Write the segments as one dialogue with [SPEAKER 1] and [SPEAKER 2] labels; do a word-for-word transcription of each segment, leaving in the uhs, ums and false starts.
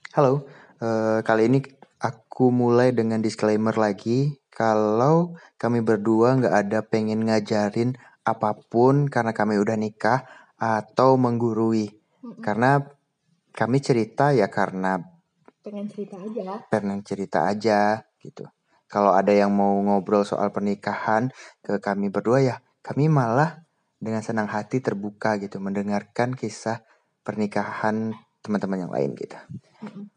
[SPEAKER 1] Halo, eh, kali ini aku mulai dengan disclaimer lagi kalau kami berdua nggak ada pengen ngajarin apapun karena kami udah nikah atau menggurui.
[SPEAKER 2] Mm-mm.
[SPEAKER 1] Karena kami cerita ya karena
[SPEAKER 2] Pengen cerita aja.
[SPEAKER 1] pengen cerita aja gitu. Kalau ada yang mau ngobrol soal pernikahan ke kami berdua ya, kami malah dengan senang hati terbuka gitu mendengarkan kisah pernikahan teman-teman yang lain gitu.
[SPEAKER 2] Mm-mm.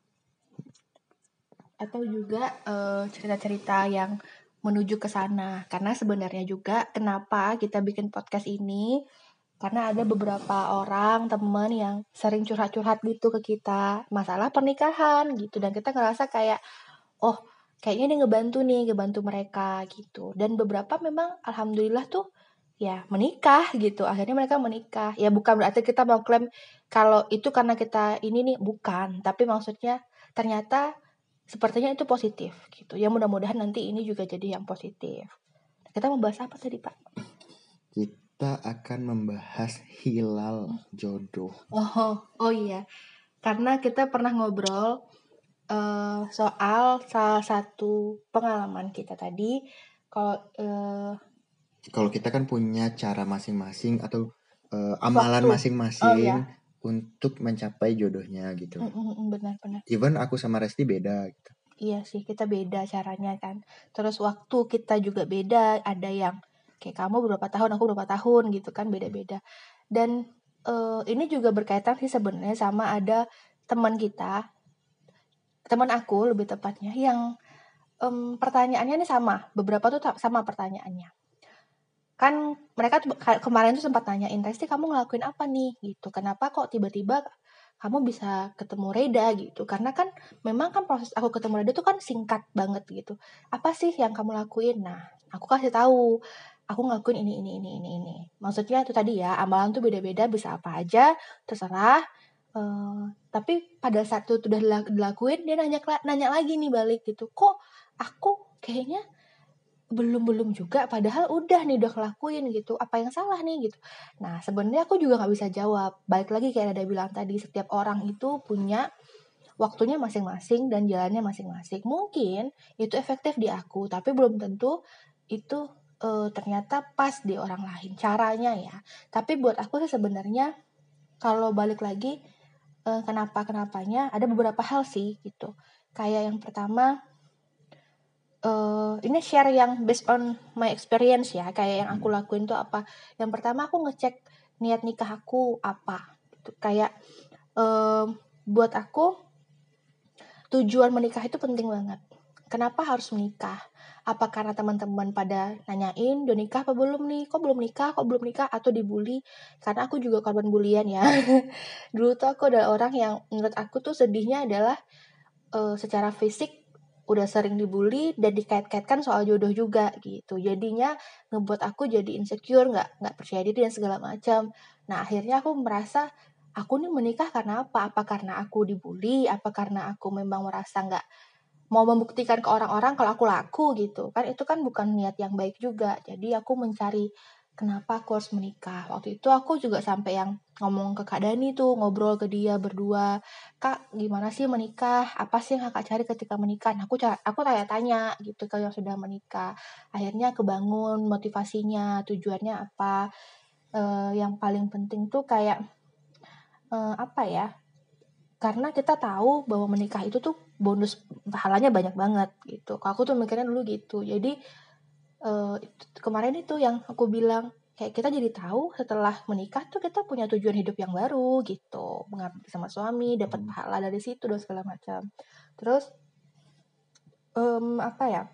[SPEAKER 2] Atau juga eh, cerita-cerita yang menuju ke sana. Karena sebenarnya juga kenapa kita bikin podcast ini, karena ada beberapa orang temen yang sering curhat-curhat gitu ke kita masalah pernikahan gitu, dan kita ngerasa kayak oh kayaknya ini ngebantu nih, ngebantu mereka gitu. Dan beberapa memang alhamdulillah tuh ya menikah gitu. Akhirnya mereka menikah. Ya bukan berarti kita mau klaim kalau itu karena kita ini nih, bukan. Tapi maksudnya ternyata sepertinya itu positif gitu. Ya mudah-mudahan nanti ini juga jadi yang positif. Kita mau bahas apa tadi, Pak?
[SPEAKER 1] Kita akan membahas hilal jodoh.
[SPEAKER 2] Oh, oh iya. Karena kita pernah ngobrol eh, soal salah satu pengalaman kita tadi. Kalau eh,
[SPEAKER 1] Kalau kita kan punya cara masing-masing atau eh, amalan
[SPEAKER 2] waktu, oh
[SPEAKER 1] masing-masing
[SPEAKER 2] ya,
[SPEAKER 1] untuk mencapai jodohnya gitu.
[SPEAKER 2] benar-benar.
[SPEAKER 1] Even aku sama Resti beda gitu.
[SPEAKER 2] Iya sih, kita beda caranya kan. Terus waktu kita juga beda. Ada yang kayak kamu berapa tahun, aku berapa tahun gitu kan, beda-beda. Dan eh, ini juga berkaitan sih sebenarnya sama ada teman kita, teman aku lebih tepatnya, yang em, pertanyaannya ini sama. Beberapa tuh ta- sama pertanyaannya. Kan mereka tuh ka- kemarin tuh sempat nanyain, Resti kamu ngelakuin apa nih gitu. Kenapa kok tiba-tiba kamu bisa ketemu Reda gitu. Karena kan memang kan proses aku ketemu Reda tuh kan singkat banget gitu. Apa sih yang kamu lakuin? Nah, aku kasih tahu. Aku ngelakuin ini ini ini ini ini. Maksudnya itu tadi ya, amalan tuh beda-beda, bisa apa aja, terserah. Eh, tapi pada saat itu udah dilak- dilakuin, dia nanya nanya lagi nih balik gitu. Kok aku kayaknya belum belum juga, padahal udah nih udah ngelakuin gitu, apa yang salah nih gitu. Nah sebenarnya aku juga nggak bisa jawab, balik lagi kayak ada bilang tadi, setiap orang itu punya waktunya masing-masing dan jalannya masing-masing. Mungkin itu efektif di aku, tapi belum tentu itu eh, ternyata pas di orang lain caranya ya. Tapi buat aku sih sebenarnya kalau balik lagi eh, kenapa kenapanya ada beberapa hal sih gitu. Kayak yang pertama, uh, ini share yang based on my experience ya, kayak yang aku lakuin tuh apa. Yang pertama aku ngecek niat nikah aku apa gitu. Kayak um, buat aku tujuan menikah itu penting banget. Kenapa harus menikah? Apa karena teman-teman pada nanyain udah nikah apa belum nih, kok belum nikah, kok belum nikah, atau dibully? Karena aku juga korban bulian ya. Dulu tuh aku adalah orang yang menurut aku tuh sedihnya adalah uh, secara fisik udah sering dibully dan dikait-kaitkan soal jodoh juga gitu. Jadinya ngebuat aku jadi insecure, nggak nggak percaya diri dan segala macam. Nah akhirnya aku merasa aku nih menikah karena apa? Apa karena aku dibully? Apa karena aku memang merasa nggak mau membuktikan ke orang-orang kalau aku laku gitu kan? Itu kan bukan niat yang baik juga. Jadi aku mencari kenapa aku harus menikah. Waktu itu aku juga sampai yang ngomong ke Kak Dani tuh, ngobrol ke dia berdua, Kak gimana sih menikah, apa sih yang kakak cari ketika menikah. Nah, aku aku tanya-tanya gitu ke yang sudah menikah. Akhirnya kebangun motivasinya, tujuannya apa. Eh, yang paling penting tuh kayak eh, apa ya, karena kita tahu bahwa menikah itu tuh bonus pahalanya banyak banget gitu. Kalau aku tuh mikirnya dulu gitu. Jadi uh, kemarin itu yang aku bilang, kayak kita jadi tahu setelah menikah tuh kita punya tujuan hidup yang baru gitu, mengabdi sama suami, dapat pahala dari situ dan segala macam. Terus um, apa ya,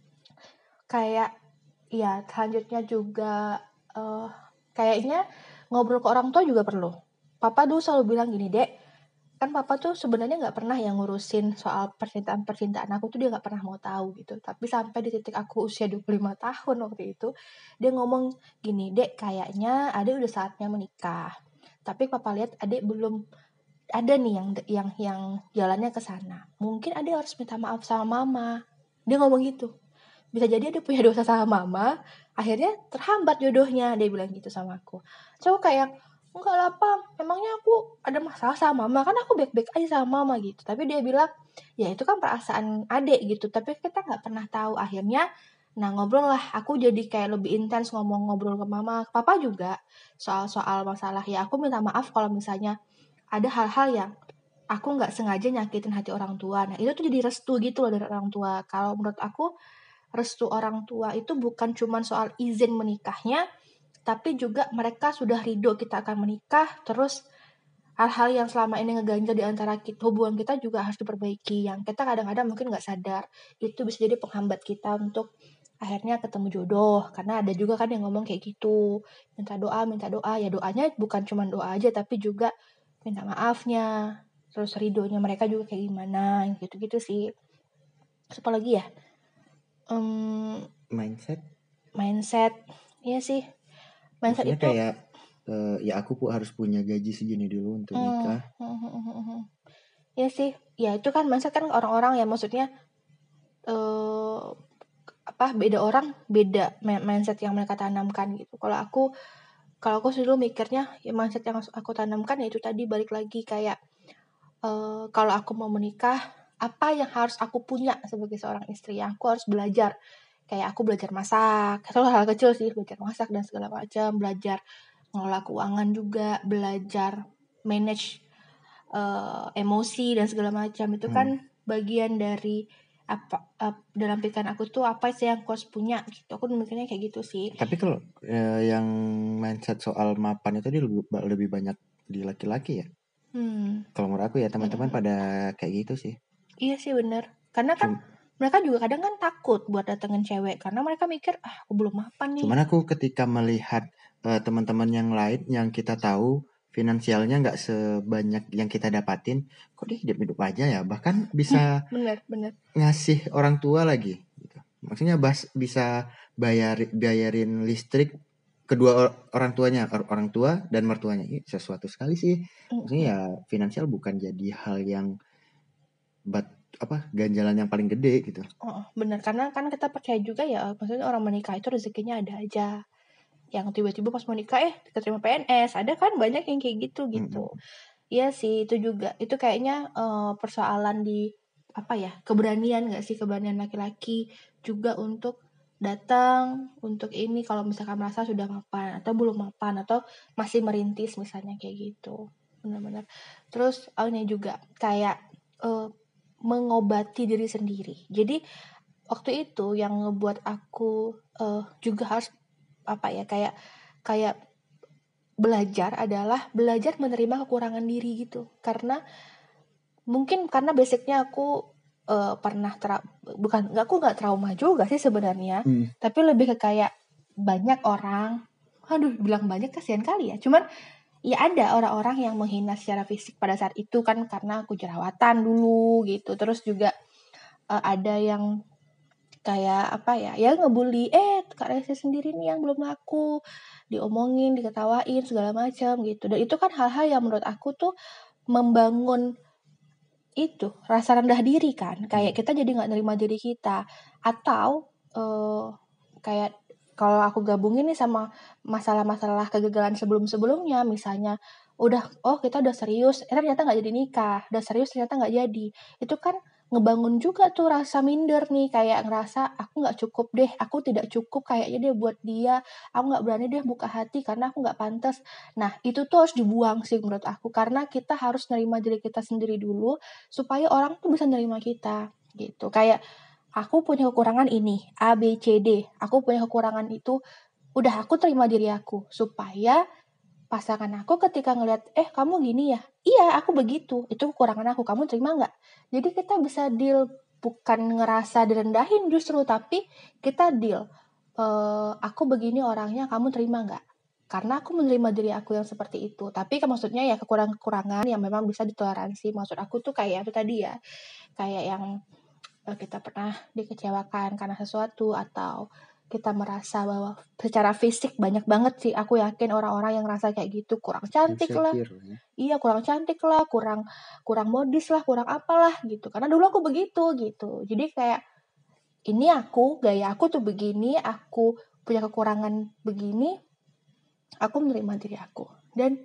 [SPEAKER 2] kayak ya selanjutnya juga uh, kayaknya ngobrol ke orang tua juga perlu. Papa dulu selalu bilang gini, Dek, kan papa tuh sebenarnya nggak pernah yang ngurusin soal percintaan percintaan aku tuh, dia nggak pernah mau tahu gitu. Tapi sampai di titik aku usia dua puluh lima tahun waktu itu, dia ngomong gini, Dek kayaknya adek udah saatnya menikah, tapi papa lihat adek belum ada nih yang yang yang jalannya ke sana, mungkin adek harus minta maaf sama mama. Dia ngomong gitu, bisa jadi dia punya dosa sama mama, akhirnya terhambat jodohnya, dia bilang gitu sama aku. So kayak enggak lah Pam, emangnya aku ada masalah sama mama, kan aku baik-baik aja sama mama gitu. Tapi dia bilang ya itu kan perasaan adik gitu, tapi kita nggak pernah tahu. Akhirnya nah ngobrol lah, aku jadi kayak lebih intens ngomong ngobrol ke mama, papa juga soal-soal masalah. Ya aku minta maaf kalau misalnya ada hal-hal yang aku nggak sengaja nyakitin hati orang tua. Nah itu tuh jadi restu gitu loh dari orang tua. Kalau menurut aku restu orang tua itu bukan cuma soal izin menikahnya, tapi juga mereka sudah ridho kita akan menikah. Terus hal-hal yang selama ini ngeganjel di antara kita, hubungan kita juga harus diperbaiki. Yang kita kadang-kadang mungkin nggak sadar, itu bisa jadi penghambat kita untuk akhirnya ketemu jodoh. Karena ada juga kan yang ngomong kayak gitu, minta doa, minta doa. Ya doanya bukan cuma doa aja, tapi juga minta maafnya. Terus ridhonya mereka juga kayak gimana, gitu-gitu sih. Terus apa lagi ya? Um,
[SPEAKER 1] Mindset.
[SPEAKER 2] mindset, iya sih. Mindset
[SPEAKER 1] Maksudnya
[SPEAKER 2] itu
[SPEAKER 1] kayak uh, ya aku pu- harus punya gaji segini dulu untuk
[SPEAKER 2] hmm,
[SPEAKER 1] nikah.
[SPEAKER 2] hmm, hmm, hmm, hmm, hmm. Iya sih, ya itu kan mindset kan orang-orang ya, maksudnya eh apa beda orang beda ma- mindset yang mereka tanamkan gitu. Kalau aku kalau aku dulu mikirnya ya mindset yang aku tanamkan ya itu tadi, balik lagi kayak eh kalau aku mau menikah, apa yang harus aku punya sebagai seorang istri? Aku harus belajar, kayak aku belajar masak, itu hal kecil sih, belajar masak dan segala macam, belajar ngelola keuangan juga, belajar manage eh, emosi dan segala macam. Itu kan
[SPEAKER 1] Hmm.
[SPEAKER 2] bagian dari apa ap- dalam pikiran aku tuh apa sih yang aku harus punya gitu. Aku mikirnya kayak gitu sih.
[SPEAKER 1] Tapi kalau eh, yang mindset soal mapan itu dia lebih, lebih banyak di laki-laki ya.
[SPEAKER 2] Hmm.
[SPEAKER 1] Kalau menurut aku ya teman-teman
[SPEAKER 2] Mm-mm.
[SPEAKER 1] pada kayak gitu sih.
[SPEAKER 2] Iya sih bener. Karena kan
[SPEAKER 1] Cum-
[SPEAKER 2] mereka juga kadang kan takut buat datengin cewek karena mereka mikir ah aku belum mapan nih.
[SPEAKER 1] Cuman aku ketika melihat eh, teman-teman yang lain yang kita tahu finansialnya nggak sebanyak yang kita dapatin, kok dia hidup-hidup aja ya. Bahkan bisa
[SPEAKER 2] Bener bener.
[SPEAKER 1] ngasih orang tua lagi. Gitu. Maksudnya bas, bisa bayar bayarin listrik kedua or- orang tuanya, or- orang tua dan mertuanya. Ini sesuatu sekali sih. Maksudnya
[SPEAKER 2] Mm-mm.
[SPEAKER 1] ya finansial bukan jadi hal yang bat apa ganjalan yang paling gede gitu.
[SPEAKER 2] Oh, bener, karena kan kita percaya juga ya, maksudnya orang menikah itu rezekinya ada aja. Yang tiba-tiba pas mau nikah eh keterima P N S, ada kan banyak yang kayak gitu gitu.
[SPEAKER 1] Mm-mm.
[SPEAKER 2] Iya sih, itu juga. Itu kayaknya eh, persoalan di apa ya? Keberanian nggak sih, keberanian laki-laki juga untuk datang untuk ini kalau misalkan merasa sudah mapan atau belum mapan atau masih merintis misalnya kayak gitu. Benar-benar. Terus oh ini juga kayak eh, mengobati diri sendiri. Jadi waktu itu yang ngebuat aku eh, juga harus apa ya kayak kayak belajar adalah belajar menerima kekurangan diri gitu. Karena mungkin karena basicnya aku eh, pernah tra- bukan nggak aku nggak trauma juga sih sebenarnya,
[SPEAKER 1] Mm.
[SPEAKER 2] tapi lebih ke kayak banyak orang, aduh bilang banyak kasihan kali ya, cuman ya ada orang-orang yang menghina secara fisik pada saat itu kan karena aku jerawatan dulu gitu. Terus juga eh, ada yang kayak apa ya ya ngebully, eh Kak Reza sendiri nih yang belum laku, diomongin, diketawain segala macam gitu. Dan itu kan hal-hal yang menurut aku tuh membangun itu rasa rendah diri kan, kayak kita jadi nggak nerima diri kita. Atau eh, kayak kalau aku gabungin nih sama masalah-masalah kegagalan sebelum-sebelumnya, misalnya udah oh kita udah serius eh ternyata nggak jadi nikah, udah serius ternyata nggak jadi, itu kan ngebangun juga tuh rasa minder nih, kayak ngerasa aku nggak cukup deh, aku tidak cukup kayaknya dia buat dia, aku nggak berani deh buka hati karena aku nggak pantas. Nah itu tuh harus dibuang sih menurut aku, karena kita harus nerima diri kita sendiri dulu supaya orang tuh bisa nerima kita gitu. Kayak aku punya kekurangan ini A B C D, aku punya kekurangan itu, udah aku terima diri aku supaya pasangan aku ketika ngeliat eh kamu gini ya, iya aku begitu, itu kekurangan aku, kamu terima nggak? Jadi kita bisa deal, bukan ngerasa direndahin justru, tapi kita deal, eh aku begini orangnya, kamu terima nggak? Karena aku menerima diri aku yang seperti itu. Tapi kan maksudnya ya kekurangan-kekurangan yang memang bisa ditoleransi. Maksud aku tuh kayak itu tadi ya, kayak yang eh, kita pernah dikecewakan karena sesuatu, atau kita merasa bahwa secara fisik banyak banget sih aku yakin orang-orang yang ngerasa kayak gitu, kurang cantik lah,
[SPEAKER 1] Insecure ya.
[SPEAKER 2] iya kurang cantik lah, kurang kurang modis lah, kurang apalah gitu, karena dulu aku begitu gitu. Jadi kayak ini aku, gaya aku tuh begini, aku punya kekurangan begini, aku menerima diri aku dan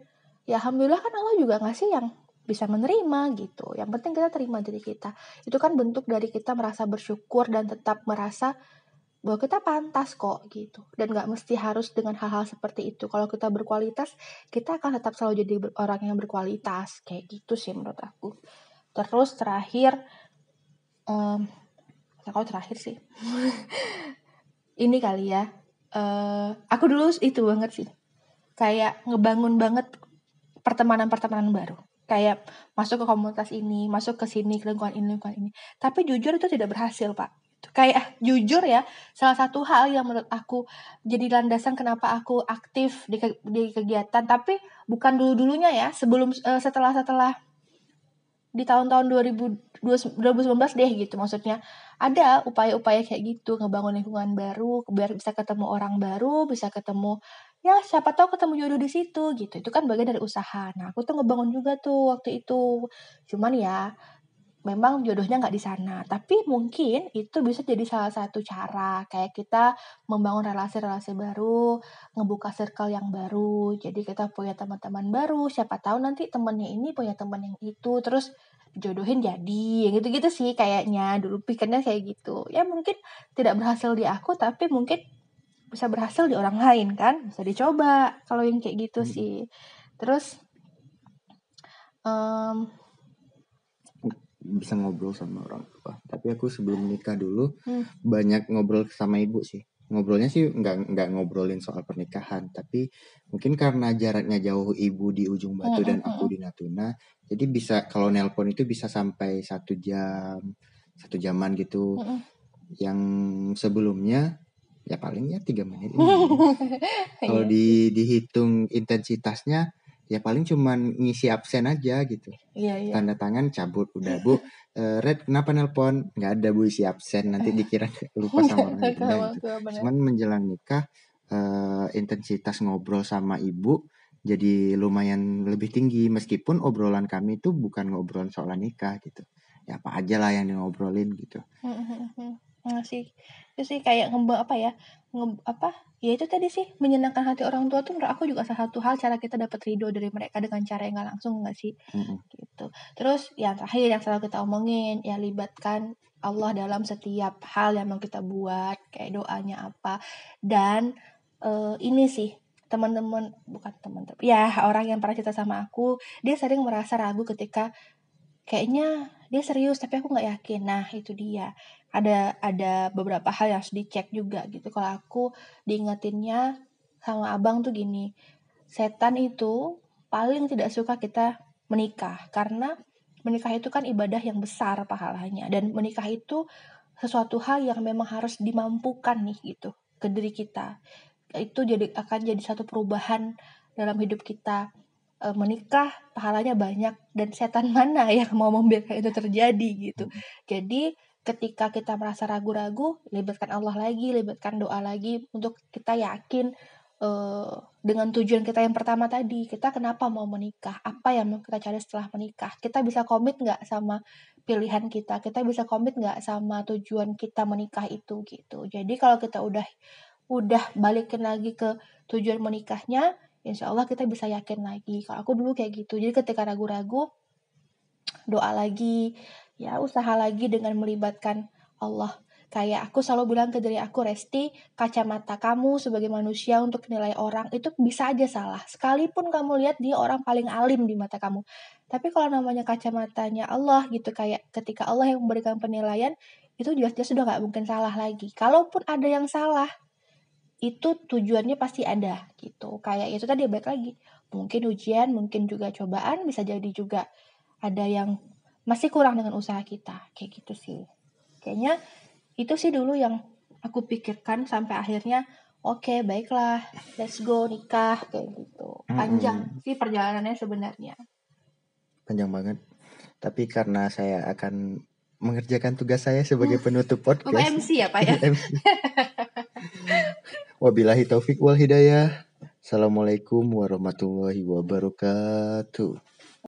[SPEAKER 2] ya alhamdulillah kan Allah juga ngasih yang bisa menerima gitu. Yang penting kita terima diri kita. Itu kan bentuk dari kita merasa bersyukur dan tetap merasa bahwa kita pantas kok gitu. Dan gak mesti harus dengan hal-hal seperti itu. Kalau kita berkualitas, kita akan tetap selalu jadi orang yang berkualitas. Kayak gitu sih menurut aku. Terus terakhir, um, kalau terakhir sih, ini kali ya. Uh, aku dulu itu banget sih. Kayak ngebangun banget pertemanan-pertemanan baru. Kayak masuk ke komunitas ini, masuk ke sini, ke lingkungan ini, lingkungan ini. Tapi jujur itu tidak berhasil, Pak. Kayak jujur ya, salah satu hal yang menurut aku jadi landasan kenapa aku aktif di, ke, di kegiatan, tapi bukan dulu-dulunya ya, sebelum uh, setelah-setelah di tahun-tahun dua ribu sembilan belas deh gitu, maksudnya ada upaya-upaya kayak gitu, ngebangun lingkungan baru, biar bisa ketemu orang baru, bisa ketemu ya siapa tahu ketemu jodoh di situ gitu. Itu kan bagian dari usaha. Nah, aku tuh ngebangun juga tuh waktu itu. Cuman ya memang jodohnya nggak di sana. Tapi mungkin itu bisa jadi salah satu cara kayak kita membangun relasi-relasi baru, ngebuka circle yang baru. Jadi kita punya teman-teman baru. Siapa tahu nanti temennya ini punya teman yang itu, terus jodohin jadi gitu-gitu sih kayaknya. Dulu pikirnya kayak gitu. Ya mungkin tidak berhasil di aku, tapi mungkin bisa berhasil di orang lain kan, bisa dicoba kalau yang kayak gitu hmm. sih. Terus um,
[SPEAKER 1] bisa ngobrol sama orang tua. Tapi aku sebelum nikah dulu hmm. banyak ngobrol sama ibu sih. Ngobrolnya sih nggak nggak ngobrolin soal pernikahan, tapi mungkin karena jaraknya jauh, ibu di ujung Batu hmm, dan hmm, aku di Natuna, jadi bisa kalau nelpon itu bisa sampai satu jam, satu jaman gitu. Hmm. Yang sebelumnya ya paling ya tiga menit ini. Kalau di dihitung intensitasnya ya paling cuman ngisi absen aja gitu.
[SPEAKER 2] Iya, iya.
[SPEAKER 1] Tanda tangan cabut udah Bu. Uh, Red kenapa nelpon? Nggak ada Bu, isi absen, nanti dikira lupa sama orang gitu. Gitu. Cuman menjelang nikah uh, intensitas ngobrol sama ibu jadi lumayan lebih tinggi, meskipun obrolan kami itu bukan ngobrolan soal nikah gitu. Ya apa aja lah yang ngobrolin gitu.
[SPEAKER 2] Nah, sih itu sih kayak ngembang apa ya nge, apa ya itu tadi sih menyenangkan hati orang tua tuh menurut aku juga salah satu hal cara kita dapat ridho dari mereka dengan cara yang nggak langsung, nggak sih mm-hmm. gitu. Terus yang terakhir yang selalu kita omongin ya, libatkan Allah dalam setiap hal yang mau kita buat, kayak doanya apa. Dan uh, ini sih teman-teman bukan teman-teman ya orang yang pernah cerita sama aku, dia sering merasa ragu ketika kayaknya dia serius tapi aku nggak yakin. Nah itu dia, ada ada beberapa hal yang harus dicek juga gitu. Kalau aku diingetinnya sama abang tuh gini, setan itu paling tidak suka kita menikah, karena menikah itu kan ibadah yang besar pahalanya, dan menikah itu sesuatu hal yang memang harus dimampukan nih gitu ke diri kita. Itu jadi akan jadi satu perubahan dalam hidup kita. Menikah pahalanya banyak, dan setan mana yang mau membiarkan itu terjadi gitu. Jadi ketika kita merasa ragu-ragu, libatkan Allah lagi, libatkan doa lagi untuk kita yakin uh, dengan tujuan kita yang pertama tadi. Kita kenapa mau menikah? Apa yang mau kita cari setelah menikah? Kita bisa komit nggak sama pilihan kita? Kita bisa komit nggak sama tujuan kita menikah itu gitu. Jadi kalau kita udah udah balikin lagi ke tujuan menikahnya, insya Allah kita bisa yakin lagi. Kalau aku dulu kayak gitu. Jadi ketika ragu-ragu, doa lagi, ya usaha lagi dengan melibatkan Allah. Kayak aku selalu bilang ke diri aku, Resti, kacamata kamu sebagai manusia untuk nilai orang itu bisa aja salah. Sekalipun kamu lihat dia orang paling alim di mata kamu. Tapi kalau namanya kacamatanya Allah gitu, kayak ketika Allah yang memberikan penilaian, itu jelas-jelas sudah gak mungkin salah lagi. Kalaupun ada yang salah, itu tujuannya pasti ada gitu. Kayak itu tadi balik lagi, mungkin ujian, mungkin juga cobaan, bisa jadi juga ada yang masih kurang dengan usaha kita, kayak gitu sih. Kayaknya itu sih dulu yang aku pikirkan sampai akhirnya oke okay, baiklah, let's go nikah kayak gitu. Panjang mm-hmm. sih perjalanannya sebenarnya.
[SPEAKER 1] Panjang banget. Tapi karena saya akan mengerjakan tugas saya sebagai penutup podcast.
[SPEAKER 2] Bapak M C ya Pak ya.
[SPEAKER 1] M C. Wabillahi taufik wal hidayah. Assalamualaikum warahmatullahi wabarakatuh.